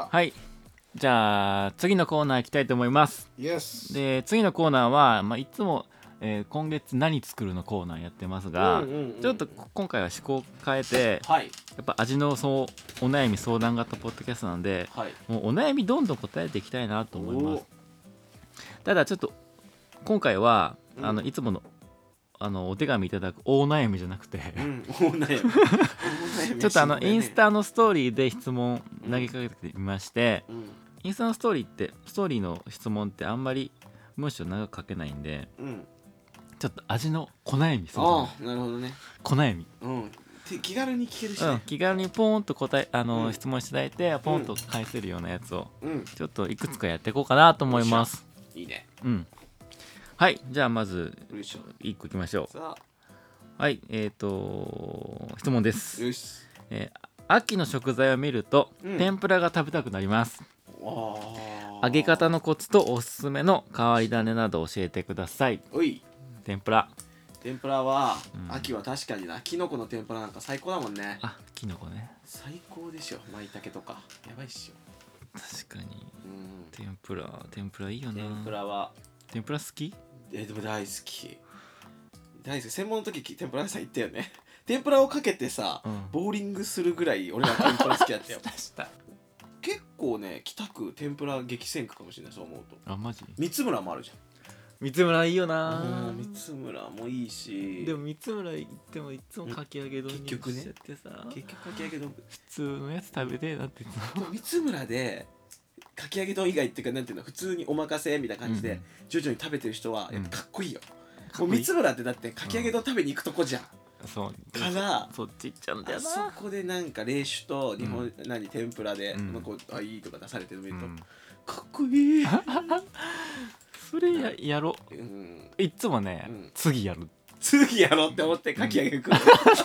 。 はい。じゃあ次のコーナー行きたいと思います。 Yes。 で次のコーナーは、いつも、今月何作るのコーナーやってますが、ちょっと今回は趣向を変えて、 はい。 やっぱ味のお悩み相談型ポッドキャストなんで、 はい。 もうお悩みどんどん答えていきたいなと思います。ただちょっと今回は、いつものお手紙いただく大悩みじゃなくて、 大悩みちょっとインスタのストーリーで質問投げかけてみまして、インスタのストーリーの質問ってあんまり文章長く書けないんで、ちょっと味の小悩み相談。 なるほどね。 小悩み。 気軽に聞けるしね。 気軽にポーンと質問していただいてポンと返せるようなやつを、ちょっといくつかやっていこうかなと思います。 いいね。 はい、じゃあまず1個いきましょう。はい、質問です。秋の食材を見ると、天ぷらが食べたくなります。揚げ方のコツとおすすめの変わり種など教えてください。天ぷらは、秋は確かにな、キノコの天ぷらなんか最高だもんね。 キノコね、 最高でしょ。舞茸とかやばいっしょ。 確かに。天ぷらいいよな。天ぷら好き？ でも大好き。専門の時天ぷら屋さん行ったよね。天ぷらをかけてさ、ボーリングするぐらい俺は天ぷら好きだったよ。結構ね、北区天ぷら激戦区かもしれない、そう思うと。 マジ？ 三村もあるじゃん。 三村いいよな。 三村もいいし、 でも三村行ってもいつもかき揚げ丼にしちゃってさ、 結局かき揚げ丼普通のやつ食べてえなって三村でかき揚げ丼以外っていうか、なんていうの、普通にお任せみたいな感じで徐々に食べてる人はやっぱかっこいいよ。もう三村ってだってかき揚げ丼食べに行くとこじゃん。からそっち行っちゃうんだよな。 そこでなんか冷酒と日本天ぷらでいいとか出されてるの見るとかっこいい。 それやろう。いつもね、次やろうって思ってかき揚げ食う。か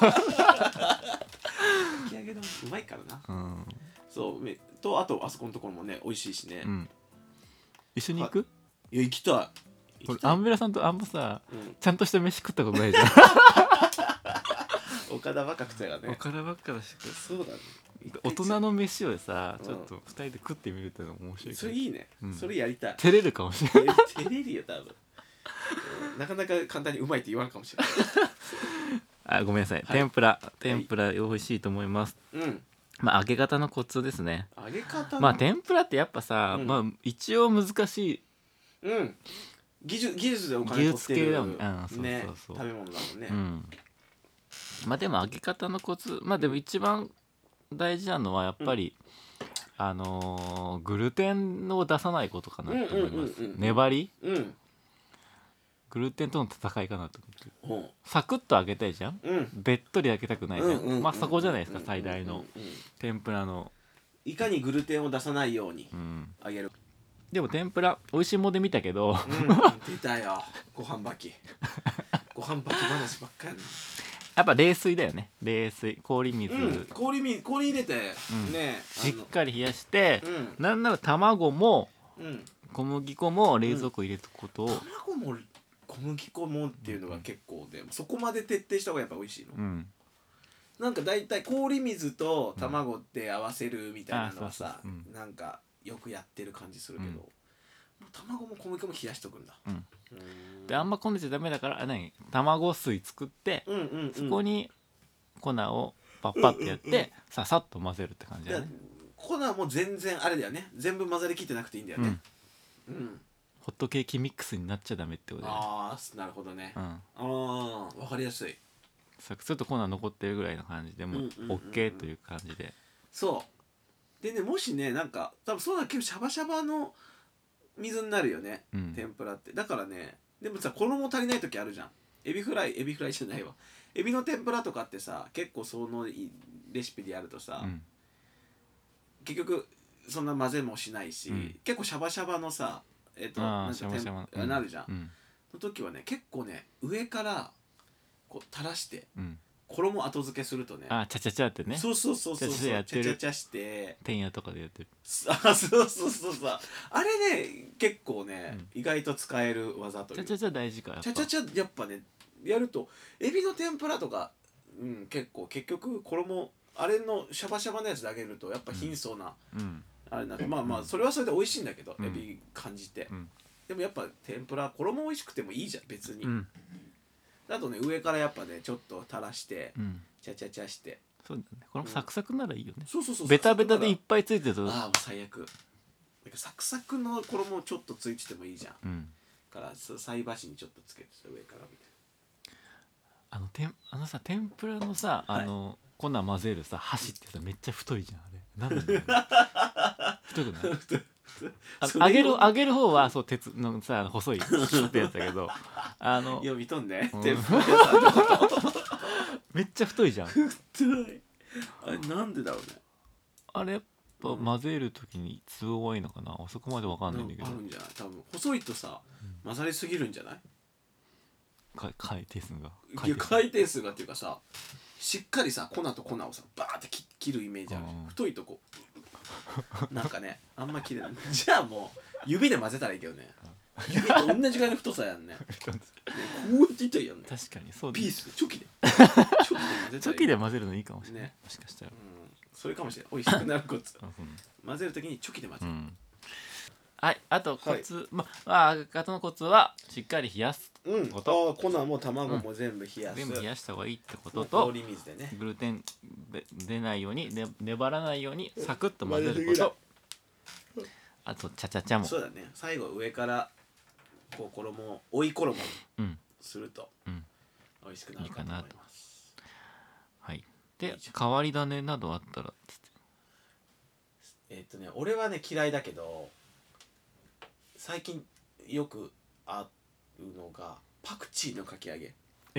き揚げ丼うまいからな。そうと、あとあそこのところもね美味しいしね。 一緒に行く？ いや、行きたい。 アンベラさんとあんまさ、ちゃんとした飯食ったことないじゃん。 岡田ばっか食ったよね。 岡田ばっかだし、 そうだね。 大人の飯をさ、ちょっと2人で食ってみるっての面白い。 それいいね。それやりたい。 照れるかもしれない。 照れるよ多分。なかなか簡単にうまいって言わんかもしれない。 ごめんなさい。天ぷら美味しいと思います。揚げ方のコツですね。 揚げ方。 天ぷらってやっぱさ、一応難しい。 技術でお金取ってるだもんね。 食べ物だもんね。 でも揚げ方のコツ、でも一番大事なのはやっぱり、グルテンを出さないことかなと思います。粘り、グルテンとの戦いかなと思って。サクッと揚げたいじゃん、べっとり揚げたくないじゃん。そこじゃないですか、最大の天ぷらの。 いかにグルテンを出さないように揚げる。 でも天ぷら美味しいもんで見たけど、 出たよ、ご飯炊き話ばっかり。 やっぱ冷水だよね。冷水、氷水、 氷入れてね、 しっかり冷やして、なんなら卵も小麦粉も冷蔵庫入れとくことを。 卵も小麦粉もっていうのが結構で、そこまで徹底した方がやっぱ美味しいの。なんかだいたい氷水と卵って合わせるみたいなのはさ、なんかよくやってる感じするけど、卵も小麦粉も冷やしとくんだ。 であんまこねちゃダメだから、卵水作って、そこに粉をパッパってやってさっと混ぜるって感じだね。 粉も全然あれだよね、全部混ざりきってなくていいんだよね。 ホットケーキミックスになっちゃダメってことだよね。 なるほどね。わかりやすい。 ちょっと粉残ってるぐらいの感じでも OK という感じで。 そうでね、もしね、なんか多分そうだけどシャバシャバの水になるよね、天ぷらって。だからね、でもさ、衣足りない時あるじゃん。エビフライじゃないわ、エビの天ぷらとかってさ、結構そのレシピでやるとさ、結局そんな混ぜもしないし、結構シャバシャバのさ、なるじゃん。の時はね、結構ね、上からこう垂らして衣後付けするとね、 チャチャチャってね。 そうチャチャチャして、 てんやとかでやってる。 そうあれね、結構ね、意外と使える技というか。 チャチャチャ大事か。 チャチャチャやっぱね、やるとエビの天ぷらとか、結局衣あれのシャバシャバのやつで揚げるとやっぱ貧相な、 あれなんかまあまあそれはそれで美味しいんだけど、エビ感じて、でもやっぱ天ぷら衣美味しくてもいいじゃん別に、あとね上からやっぱねちょっと垂らして、チャチャチャして、 そうだね、これもサクサクならいいよね、 そうそうそう、 ベタベタでいっぱいついてるとああもう最悪、なんかサクサクの衣ちょっとついててもいいじゃん、から菜箸にちょっとつけて上からみたいな、 あのさ天ぷらのさ粉混ぜるさ箸ってさめっちゃ太いじゃん、あれなんで太くない揚げる方はそう鉄のさ細いってやつだけど読みとんね、 うん天ぷら屋さんのことめっちゃ太いじゃん太い、あれなんでだろうね、 あれやっぱ混ぜるときに都合がいいのかな、そこまでわかんないんだけど、 あるんじゃない多分細いとさ混ざりすぎるんじゃない、 回転数が回転数がっていうかさ、しっかりさ粉と粉をさバーって切るイメージあるじゃん、太いとこなんかねあんま切れないじゃあもう指で混ぜたらいいけどね、指と同じぐらいの太さやんねこうやっていったらいいやんね、 確かにそうピースチョキでチョキで混ぜるのいいかもしれない、 ね、 もしかしたら、 それかもしれない、美味しくなるコツ混ぜるときにチョキで混ぜる、 はい、あとコツ、揚げ方のコツはしっかり冷やすこと、 粉も卵も全部冷やす、 全部冷やした方がいいってことと、 氷水でねグルテン出ないように、粘らないようにサクッと混ぜること、あとチャチャチャも、 そうだね、最後上からこう追い衣すると美味しくなるかと思います。 はい。で変わり種などあったらつって、俺はね嫌いだけど最近よくあるのがパクチーのかき揚げ。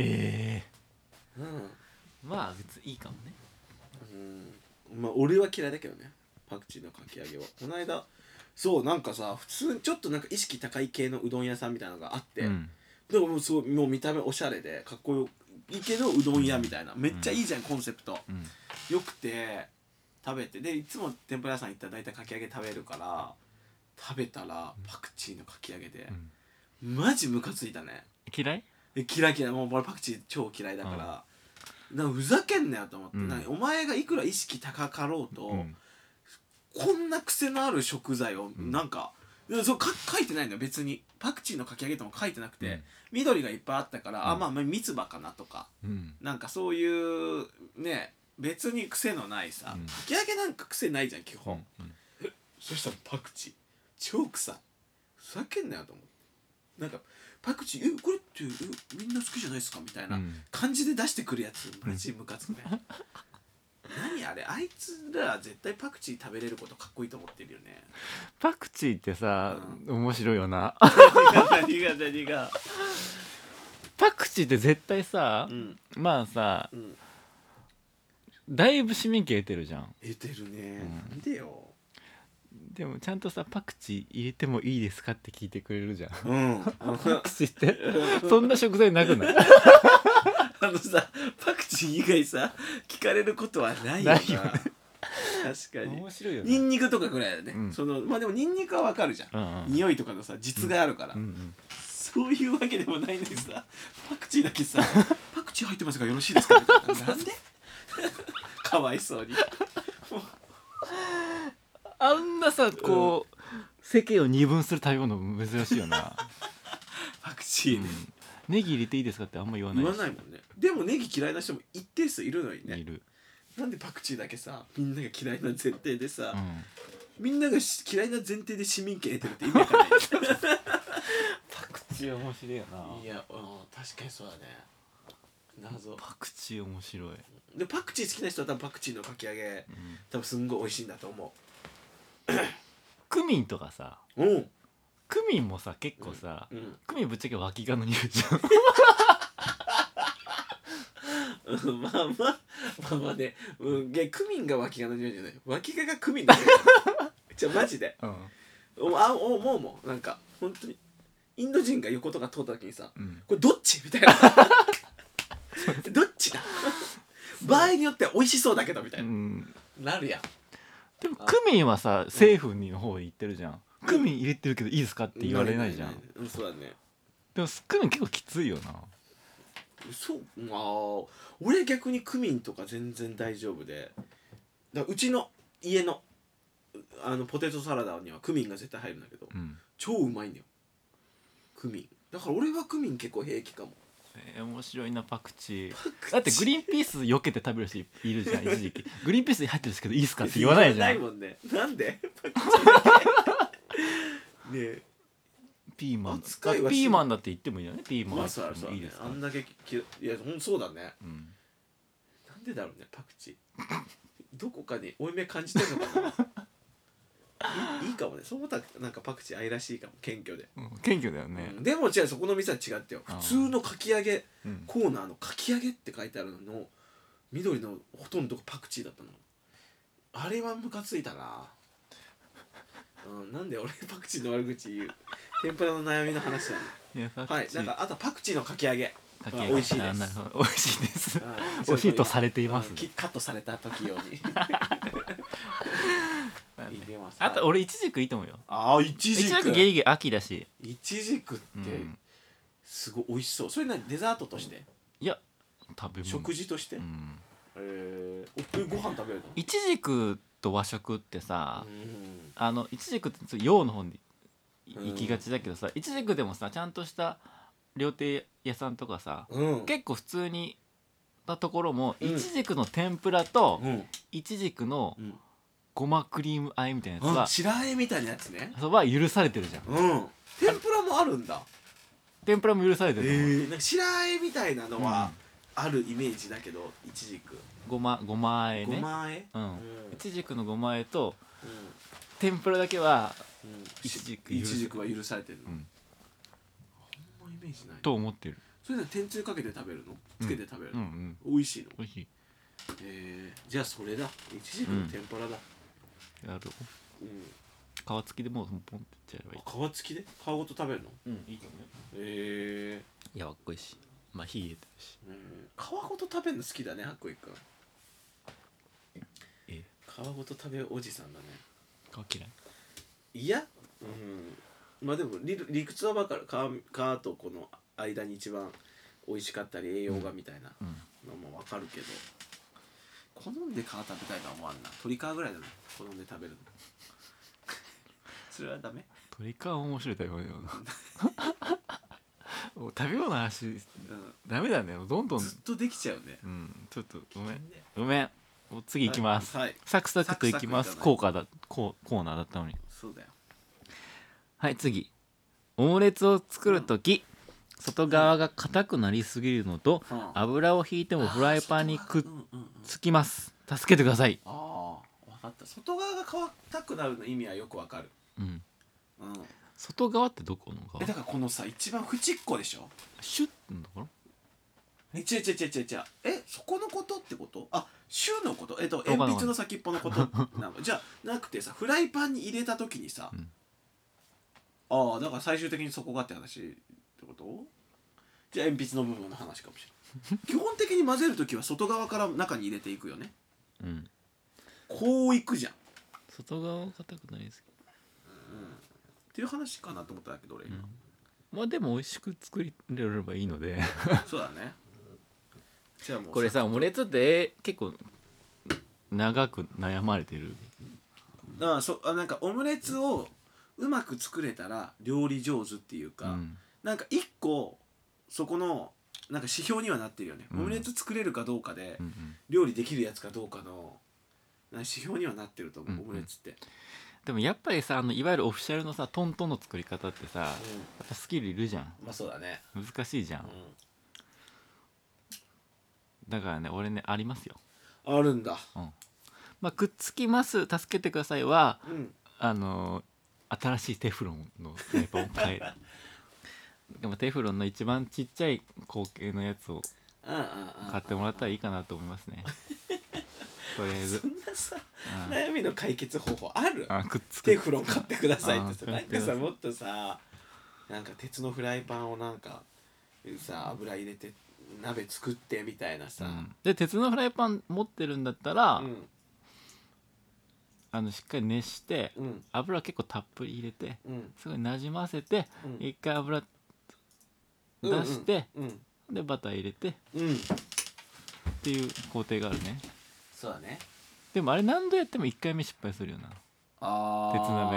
まあ別にいいかもね。 まあ俺は嫌いだけどね、パクチーのかき揚げは。この間そうなんかさ、普通にちょっとなんか意識高い系のうどん屋さんみたいなのがあって、でももうすごいもう見た目おしゃれでかっこいいけどうどん屋みたいな、めっちゃいいじゃんコンセプト、よくて食べて、でいつも天ぷら屋さん行ったら大体かき揚げ食べるから、食べたらパクチーのかき揚げで、マジムカついたね。 嫌い？ 嫌いもう俺パクチー超嫌いだから、なんかふざけんなよと思って、お前がいくら意識高かろうと、こんな癖のある食材をなんか、そう書いてないのよ別に。パクチーのかき揚げとも書いてなくて、緑がいっぱいあったから、まあ三つ葉かなとか、なんかそういうね別に癖のないさ、かき揚げなんか癖ないじゃん基本、そしたらパクチー超臭い、ふざけんなよと思って、なんかパクチーこれってみんな好きじゃないですかみたいな感じで出してくるやつマジムカつくね、何あれ、あいつら絶対パクチー食べれることかっこいいと思ってるよね。 パクチーってさ、面白いよな。 何がパクチーって絶対さ、まあさ、だいぶ市民権得てるじゃん。 得てるね、なんでよ。 でもちゃんとさパクチー入れてもいいですかって聞いてくれるじゃん、パクチーってそんな食材なくない？ さパクチー以外さ聞かれることはないよな。確かに面白いよね。 ニンニクとかぐらいだね、まあでもニンニクはわかるじゃん、匂いとかのさ実があるから、そういうわけでもないのにさパクチーだけさパクチー入ってますがよろしいですかみたいな、なんでかわいそうにあんなさこう、世間を二分する食べ物珍しいよな。 パクチーね、 ネギ入れていいですかってあんま言わないし。 言わないもんね。でもネギ嫌いな人も一定数いるのにね。 いる。 なんでパクチーだけさみんなが嫌いな前提でさ、みんなが嫌いな前提で市民権得てるって意味わかんないパクチー面白いよな。 いや、確かにそうだね。謎。 パクチー面白い。 でパクチー好きな人は多分パクチーのかき揚げ、多分すんごい美味しいんだと思う。 クミンとかさ、クミンもさ結構さ、クミンぶっちゃけ脇がの匂いじゃん。まあね、クミンが脇がの匂いじゃない、脇がクミンの匂いじゃマジで、もうなんか本当にインド人が横とか通った時にさ、これどっちみたいなどっちだ場合によっては美味しそうだけどみたいな、なるやん。 でもクミンはさ政府の方へ行ってるじゃん、クミン入れてるけどいいですかって言われないじゃん。 そうだね。 でもクミン結構きついよな。 そう俺逆にクミンとか全然大丈夫で、だからうちの家のポテトサラダにはクミンが絶対入るんだけど、 うん、 超うまいんだよクミン。だから俺はクミン結構平気かも。 面白いなパクチー。だってグリーンピース避けて食べる人いるじゃん一時期。グリーンピースに入ってるんですけどいいっすかって言わないじゃん。 ないもんね。なんでパクチーねえピーマン扱いはピーマンだって言ってもいいよね。ピーマンまあ入ってそうてもいいですか。 あんだけいやほんとそうだね。 うん、 なんでだろうねパクチーどこかに負い目感じてるのかないいかもね。そう思ったらなんかパクチー愛らしいかも。謙虚で、 うん、謙虚だよね、 でも違うそこの店は違ってよ。普通のかき揚げうんコーナーのかき揚げって書いてあるの緑のほとんどがパクチーだったの。あれはムカついたな。なんで俺パクチーの悪口言う。天ぷらの悩みの話なの。 いやパクチー、 はい、なんかあとパクチーのかき揚げかき揚げ美味しいです。 なるほど美味しいです。 うん美味しいとされています、 カットされた時用に入れます。 あと俺イチジクいいと思うよ。 イチジイチジククゲリゲリ秋だし。 イチジクってすごい美味しそう。それ何デザートとしていや食べ物食事として、 うん、 ご飯食べるの？ イチジクと和食ってさ、 うんイチジクって洋の方に行きがちだけどさ、イチジクでもさちゃんとした料亭屋さんとかさ、結構普通になところも、イチジクの天ぷらと、イチジクのごまクリームあえみたいなやつは、 白あえみたいなやつね。 そば許されてるじゃん。 天ぷらもあるんだ。 天ぷらも許されてる。 なんか白あえみたいなのはあるイメージだけど、イチジクごまあえね。 ごまあえ、 イチジクのごまあえと、天ぷらだけはイチジクは許されてるの。あんまイメージないと思ってる。 それで天つゆかけて食べるの？つけて食べるの？美味しいの？ 美味しい。 じゃあそれだ。イチジクの天ぷらだ。 やる。皮付きでもうポンっていっちゃえばいい。 皮付きで？皮ごと食べるの？ いいかもね。 いや、かっこいいし、まあ火入れてるし。 皮ごと食べるの好きだね、はっこいいくん。皮ごと食べるおじさんだね。 皮嫌い？ いや、まあでも理屈は分かる。皮とこの間に一番美味しかったり栄養がみたいなのも分かるけど、好んで皮食べたいとは思わんな。鶏皮ぐらいだね、好んで食べるのそれはダメ？ 鶏皮面白い食べ物だよなもう食べ物の話、ダメだね。どんどんずっとできちゃうね。 ちょっとごめん次行きます。サクサクと行きます。コーナーだったのに。 そうだよ。 はい、次。オムレツを作るとき、外側が硬くなりすぎるのと、油をひいてもフライパンにくっつきます。助けてください。 分かった。外側が硬くなるの意味はよく分かる。 外側ってどこの側？ だからこのさ、一番縁っこでしょ。 シュッのところ？ 違う。そこのことってこと？シュのこと？鉛筆の先っぽのことなの？じゃなくてさ、フライパンに入れた時にさ、だから最終的にそこがって話ってこと？じゃあ鉛筆の部分の話かもしれない基本的に混ぜる時は外側から中に入れていくよね。こういくじゃん。 外側が硬くなりすぎっていう話かなと思ったんだけど俺今、 まあでも美味しく作れればいいのでそうだね。じゃあもうこれさ、オムレツって結構長く悩まれてる。 なんかオムレツをうまく作れたら料理上手っていうか、なんか一個そこのなんか指標にはなってるよね。オムレツ作れるかどうかで、料理できるやつかどうかの指標にはなってると思う、オムレツって。 でもやっぱりさ、いわゆるオフィシャルのさトントンの作り方ってさ、やっぱスキルいるじゃん。 まあそうだね。 難しいじゃん。だからね、俺ねありますよ。 あるんだ。 まあくっつきます助けてくださいは、新しいテフロンのフライパンを買えるでもテフロンの一番ちっちゃい口径のやつを買ってもらったらいいかなと思いますねとりあえず。 そんなさ、悩みの解決方法ある？ くっつくテフロン買ってくださいってさ、なんかさ、もっとさ、なんか鉄のフライパンをなんかさ、油入れて鍋作ってみたいなさ、 で鉄のフライパン持ってるんだったら、しっかり熱して、油結構たっぷり入れて、すごいなじませて、一回油出して、でバター入れて、っていう工程があるね。 そうだね。 でもあれ何度やっても1回目失敗するよな。 鉄鍋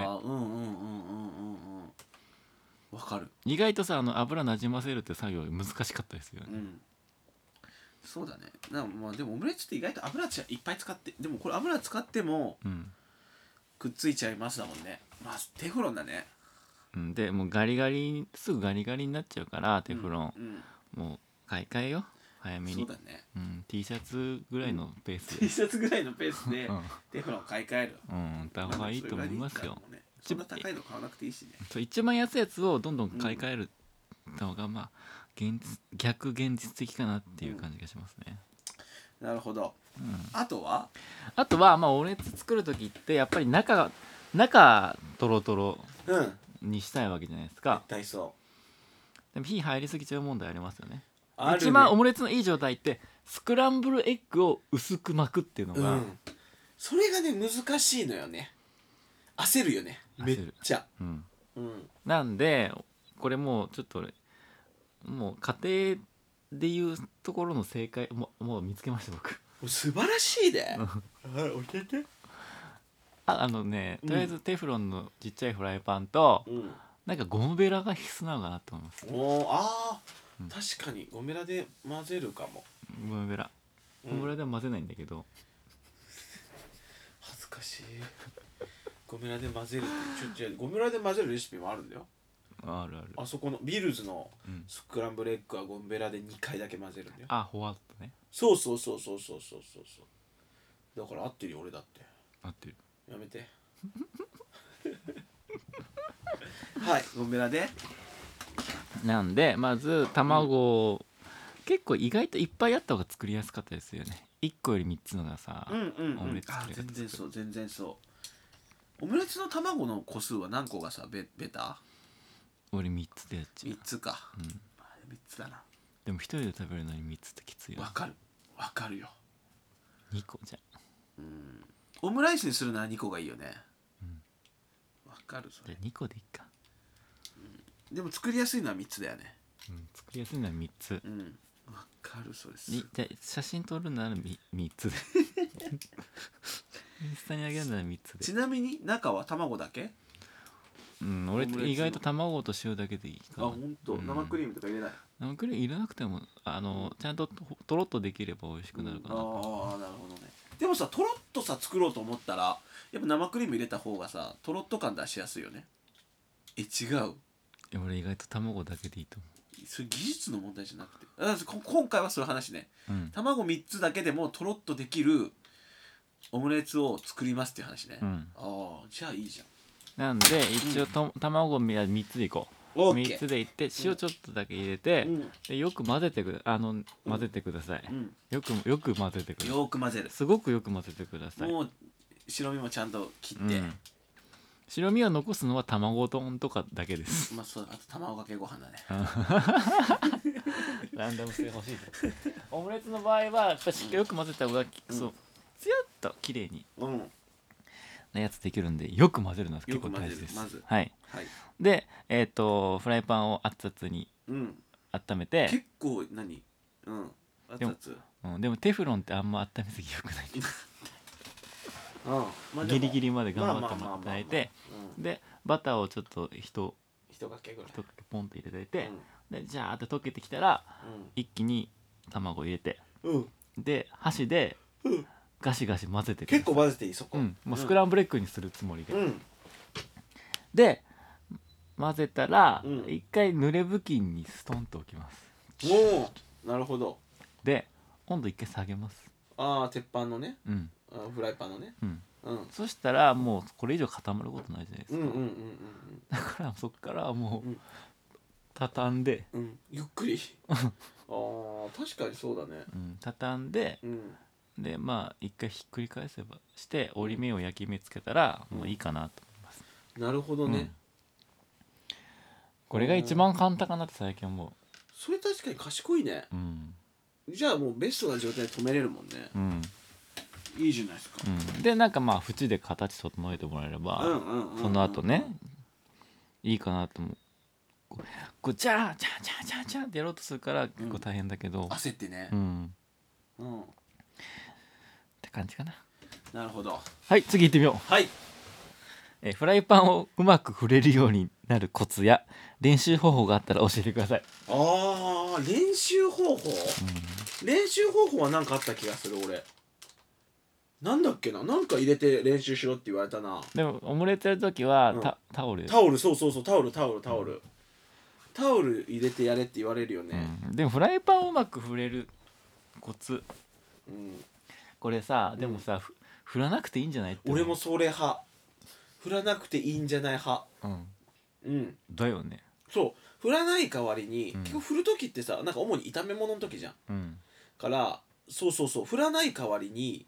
わかる。 意外とさ油なじませるって作業難しかったですよね、 そうだね。まあでもオムレツって意外と油いっぱい使って、でもこれ油使ってもくっついちゃいますだもんね。まあテフロンだね。 でもうすぐガリガリになっちゃうからテフロン、もう買い替えよ早めに。 そうだね、 T シャツぐらいのペースで、 T シャツぐらいのペースでテフロン買い替える。 た方がいいと思いますよ。 そんな高いの買わなくていいしね。 一番安いやつをどんどん買い替えるのがまあ逆現実的かなっていう感じがしますね。 なるほど。あとはまあオムレツ作る時ってやっぱり中トロトロにしたいわけじゃないですか。 絶対そう。 でも火入りすぎちゃう問題ありますよね。 あるね。 一番オムレツのいい状態ってスクランブルエッグを薄く巻くっていうのが、 それがね難しいのよね。焦るよねめっちゃ。 なんでこれもうちょっともう家庭でいうところの正解もう見つけました僕。 素晴らしいで。教えて。 とりあえずテフロンのちっちゃいフライパンと、なんかゴムベラが必須なのかなと思います。 確かにゴムベラで混ぜるかも。 ゴムベラでは混ぜないんだけど、 恥ずかしい。ゴムベラで混ぜるってゴムベラで混ぜるレシピもあるんだよ。 ある。 あそこのビルズのスクランブルエッグはゴムベラで2回だけ混ぜるんだよ。 ホワットね。 そうだから合ってるよ俺だって。 合ってる。 やめて。はい、ゴムベラで。 なんでまず卵を、結構意外といっぱいあった方が作りやすかったですよね。1個より3つのがさ、オムレツ作り方。 全然そう。オムレツの卵の個数は何個がさベタ？ 俺3つでやっちゃう。 3つか。3つだな。 でも1人で食べるのに3つってきついよ。 わかるよ。 2個じゃん。 オムライスにするなら2個がいいよね。わかるそれ。 じゃあ2個でいいか。 でも作りやすいのは3つだよね。 作りやすいのは3つ。 わかるそれ。 じゃあ写真撮るなら3つで。インスタにあげるなら3つで。 ちなみに中は卵だけ？ 俺意外と卵と塩だけでいいかな。 ほんと？生クリームとか入れない？ 生クリーム入れなくてもちゃんととろっとできれば美味しくなるかな。 なるほどね。でもさとろっとさ作ろうと思ったらやっぱ生クリーム入れた方がさとろっと感出しやすいよね。違う？ 俺意外と卵だけでいいと思う。 それ技術の問題じゃなくて、今回はそういう話ね、卵3つだけでもとろっとできるオムレツを作りますっていう話ね。じゃあいいじゃん。 なんで一応卵3つでいこう。3つでいって塩ちょっとだけ入れて、でよく混ぜてください。よく混ぜてください。 よく混ぜる。 すごくよく混ぜてください。 もう白身もちゃんと切って、 白身を残すのは卵丼とかだけです。 あと卵かけご飯だね。 ランダム性欲しい。オムレツの場合はやっぱしっかりよく混ぜた方がそうツヤっと綺麗になやつできるんで、よく混ぜるのは結構大事です。はい。でフライパンを熱々に温めて。 結構熱々。 でもテフロンってあんま温めすぎよくない。ギリギリまで頑張ってもらえて、でバターをちょっと一かけポンと入れておいて、でジャーって溶けてきたら一気に卵を入れて、で箸でガシガシ混ぜてください。 結構混ぜていいそこ。 もうスクランブルエッグにするつもりで。で混ぜたら一回濡れ布巾にストンと置きます。 なるほど。 で温度一回下げます。 鉄板のね。フライパンのね。 そしたらもうこれ以上固まることないじゃないですか。だからそっからもう畳んで、 ゆっくり。確かにそうだね。 畳んで、で一回ひっくり返せばして折り目を焼き目つけたらもういいかなと思います。 なるほどね。 これが一番簡単かなって最近思う。 それ確かに賢いね。じゃあもうベストな状態で止めれるもんね。いいじゃないですか。 で縁で形整えてもらえればその後ねいいかなと思う。こうジャーってやろうとするから結構大変だけど、 焦ってね。 って感じかな。 なるほど。 はい、次行ってみよう。 はい。 フライパンをうまく振れるようになるコツや練習方法があったら教えてください。 練習方法、練習方法は何かあった気がする。俺なんだっけな、なんか入れて練習しろって言われたな。 でもオムレツやるときは、タオルタオル入れてやれって言われるよね、 でもフライパンをうまく振れるコツ、これさ、でもさ、振らなくていいんじゃないって。 俺もそれ派。振らなくていいんじゃない派。 だよね。 そう振らない代わりに、結構振る時ってさ、なんか主に炒め物の時じゃん、からそう振らない代わりに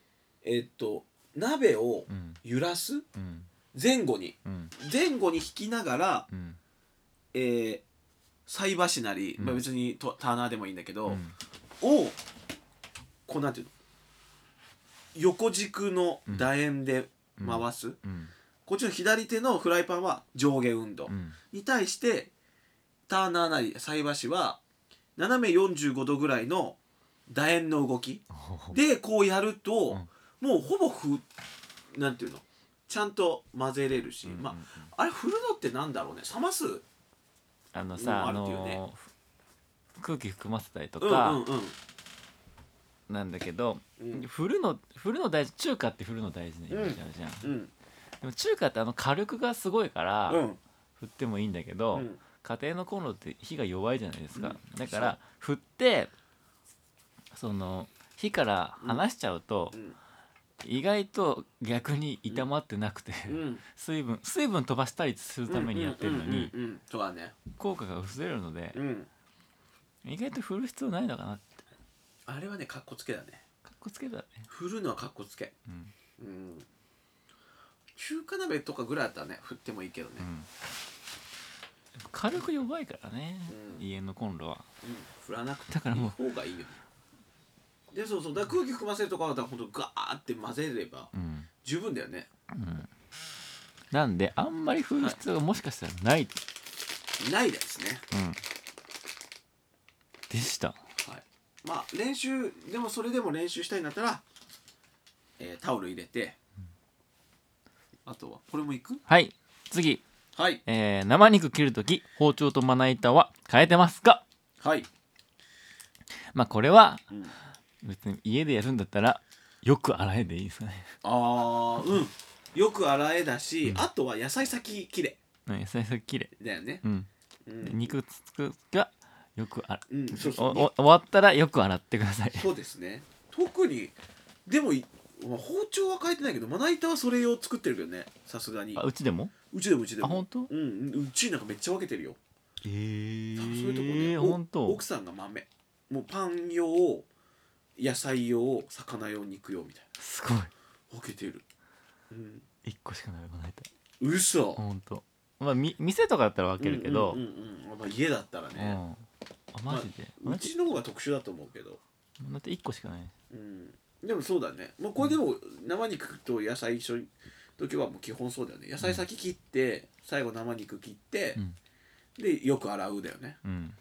鍋を揺らす、前後に引きながら、菜箸なり、別にターナーでもいいんだけど、をこうなんていうの、横軸の楕円で回す、こっちの左手のフライパンは上下運動、に対してターナーなり菜箸は斜め45度ぐらいの楕円の動きでこうやると、もうほぼなんていうの、ちゃんと混ぜれるし、あれ振るのってなんだろうね、冷ます空気含ませたりとかなんだけど、振るの大事。中華って振るの大事なイメージあるじゃん、でも中華って火力がすごいから、振ってもいいんだけど、家庭のコンロって火が弱いじゃないですか、だから振ってその火から離しちゃうと、意外と逆に炒まってなくて、水分飛ばしたりするためにやってるのに効果が薄れるので、意外と振る必要ないのかなって。 あれはね、かっこつけだね。 かっこつけだね。 振るのはかっこつけ。中華鍋とかぐらいだったらね、振ってもいいけどね。 火力弱いからね、家のコンロは。 振らなくていい方がいいよね。でだから空気含ませるとかはほんとガーって混ぜれば十分だよね、 なんであんまり振る必要がもしかしたらない、 ないですね、 でした。 まあ練習でも、それでも練習したいんだったら、タオル入れて、あとはこれもいく？ はい、次。 はい、 生肉切るとき包丁とまな板は変えてますか？ はい。 まあこれは、別に家でやるんだったらよく洗えでいいですかね。 よく洗えだし、あとは野菜先切れ。 野菜先切れだよね。 肉つくがよく終わったらよく洗ってください。 そうですね。特にでも包丁は変えてないけど、まな板はそれ用作ってるけどね、さすがに。 うちでも？ うちでも。 あ、本当？ うちなんかめっちゃ分けてるよ。そういうとこね。 本当？ 奥さんが豆。もうパン用、野菜用、魚用、肉用みたいな。 すごい。 分けてる。 1個しかないまな板。 嘘。 本当。まあ店とかだったら分けるけど、 家だったらね。 マジで。 うちの方が特殊だと思うけど。 だって1個しかない。 でもそうだね。もうこれでも生肉と野菜一緒の時はもう基本そうだよね。野菜先切って、最後生肉切って、でよく洗うだよね。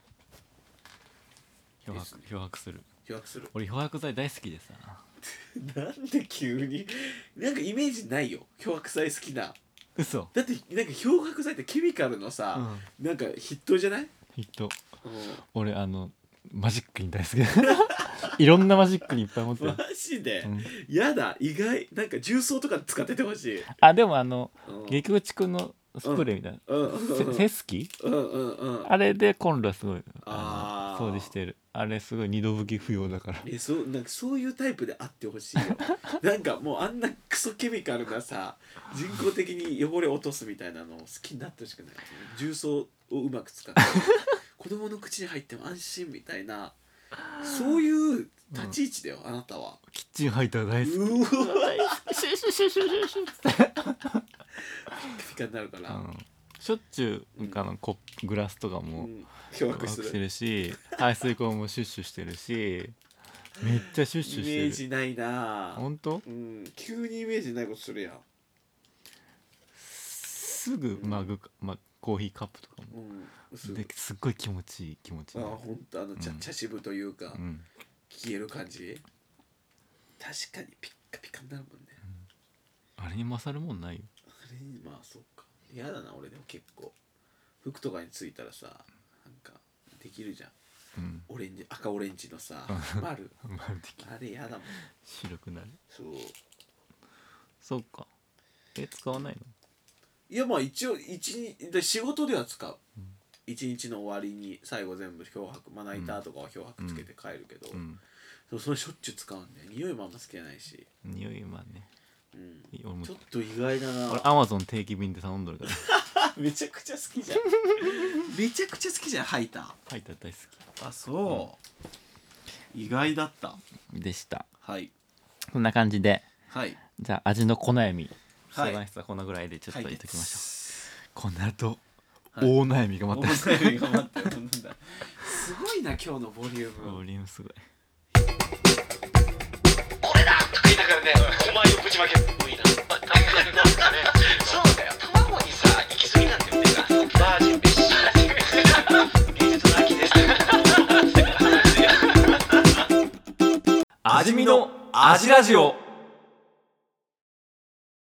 漂白する。俺漂白剤大好きでさ。 なんで急になんかイメージないよ、漂白剤好きな。 嘘。 だってなんか漂白剤ってケミカルのさ、なんか筆頭じゃない？ 筆頭。俺マジックに大好きいろんなマジックにいっぱい持ってる。 マジで、やだ、意外。なんか重曹とか使っててほしい。 でも激落ちくんのスプレーみたいな、フェスキ、あれでコンロはすごい掃除してる。あれすごい二度拭き不要だから。 なんかそういうタイプであってほしいよなんかもうあんなクソケミカルなさ、人工的に汚れ落とすみたいなのを好きになってほしくない。重曹をうまく使って子供の口に入っても安心みたいな、そういう立ち位置だよ、あなたは。 キッチンハイター大好き。シュシュシュシュシュシュってピカピカになるから、 しょっちゅうグラスとかも漂白してるし、排水口もシュッシュしてるし、めっちゃシュッシュしてる。 イメージないな。 本当？ 急にイメージないことするやん。 すぐコーヒーカップとかも、ですっごい気持ちいい。 本当茶渋というか、消える感じ。確かにピッカピカになるもんね。 あれに勝るもんないよ。 まあそっか、嫌だな俺。でも結構服とかについたらさ、なんかできるじゃん、うん、オレンジ赤オレンジのさ丸あれ嫌だもん。 白くなる。 そうか。使わないの？ いやまあ一応仕事では使う、うん、一日の終わりに最後全部漂白、まな板とかは漂白つけて帰るけど、うんうん、それしょっちゅう使うんだよ。匂いもあんま好きじゃないし。 匂いまあね、 うん、ちょっと意外だな。 俺アマゾン定期便で頼んどるからめちゃくちゃ好きじゃんめちゃくちゃ好きじゃん。ハイター大好き。 あ、そう、うん、意外だったでした。 はい、 こんな感じで、 はい、 じゃあ味の小悩み相談室はこんなぐらいでちょっと言っときましょう。この後、大悩みが待ってます。大悩みが待ってるすごいな今日のボリューム。 ボリュームすごい。 これだとか言いながらね、お前をぶちまける。多いな。そうだよ。卵にさ行き過ぎなんて言ってさ、バージンベッシー。芸術の秋です。 味見の味ラジオ。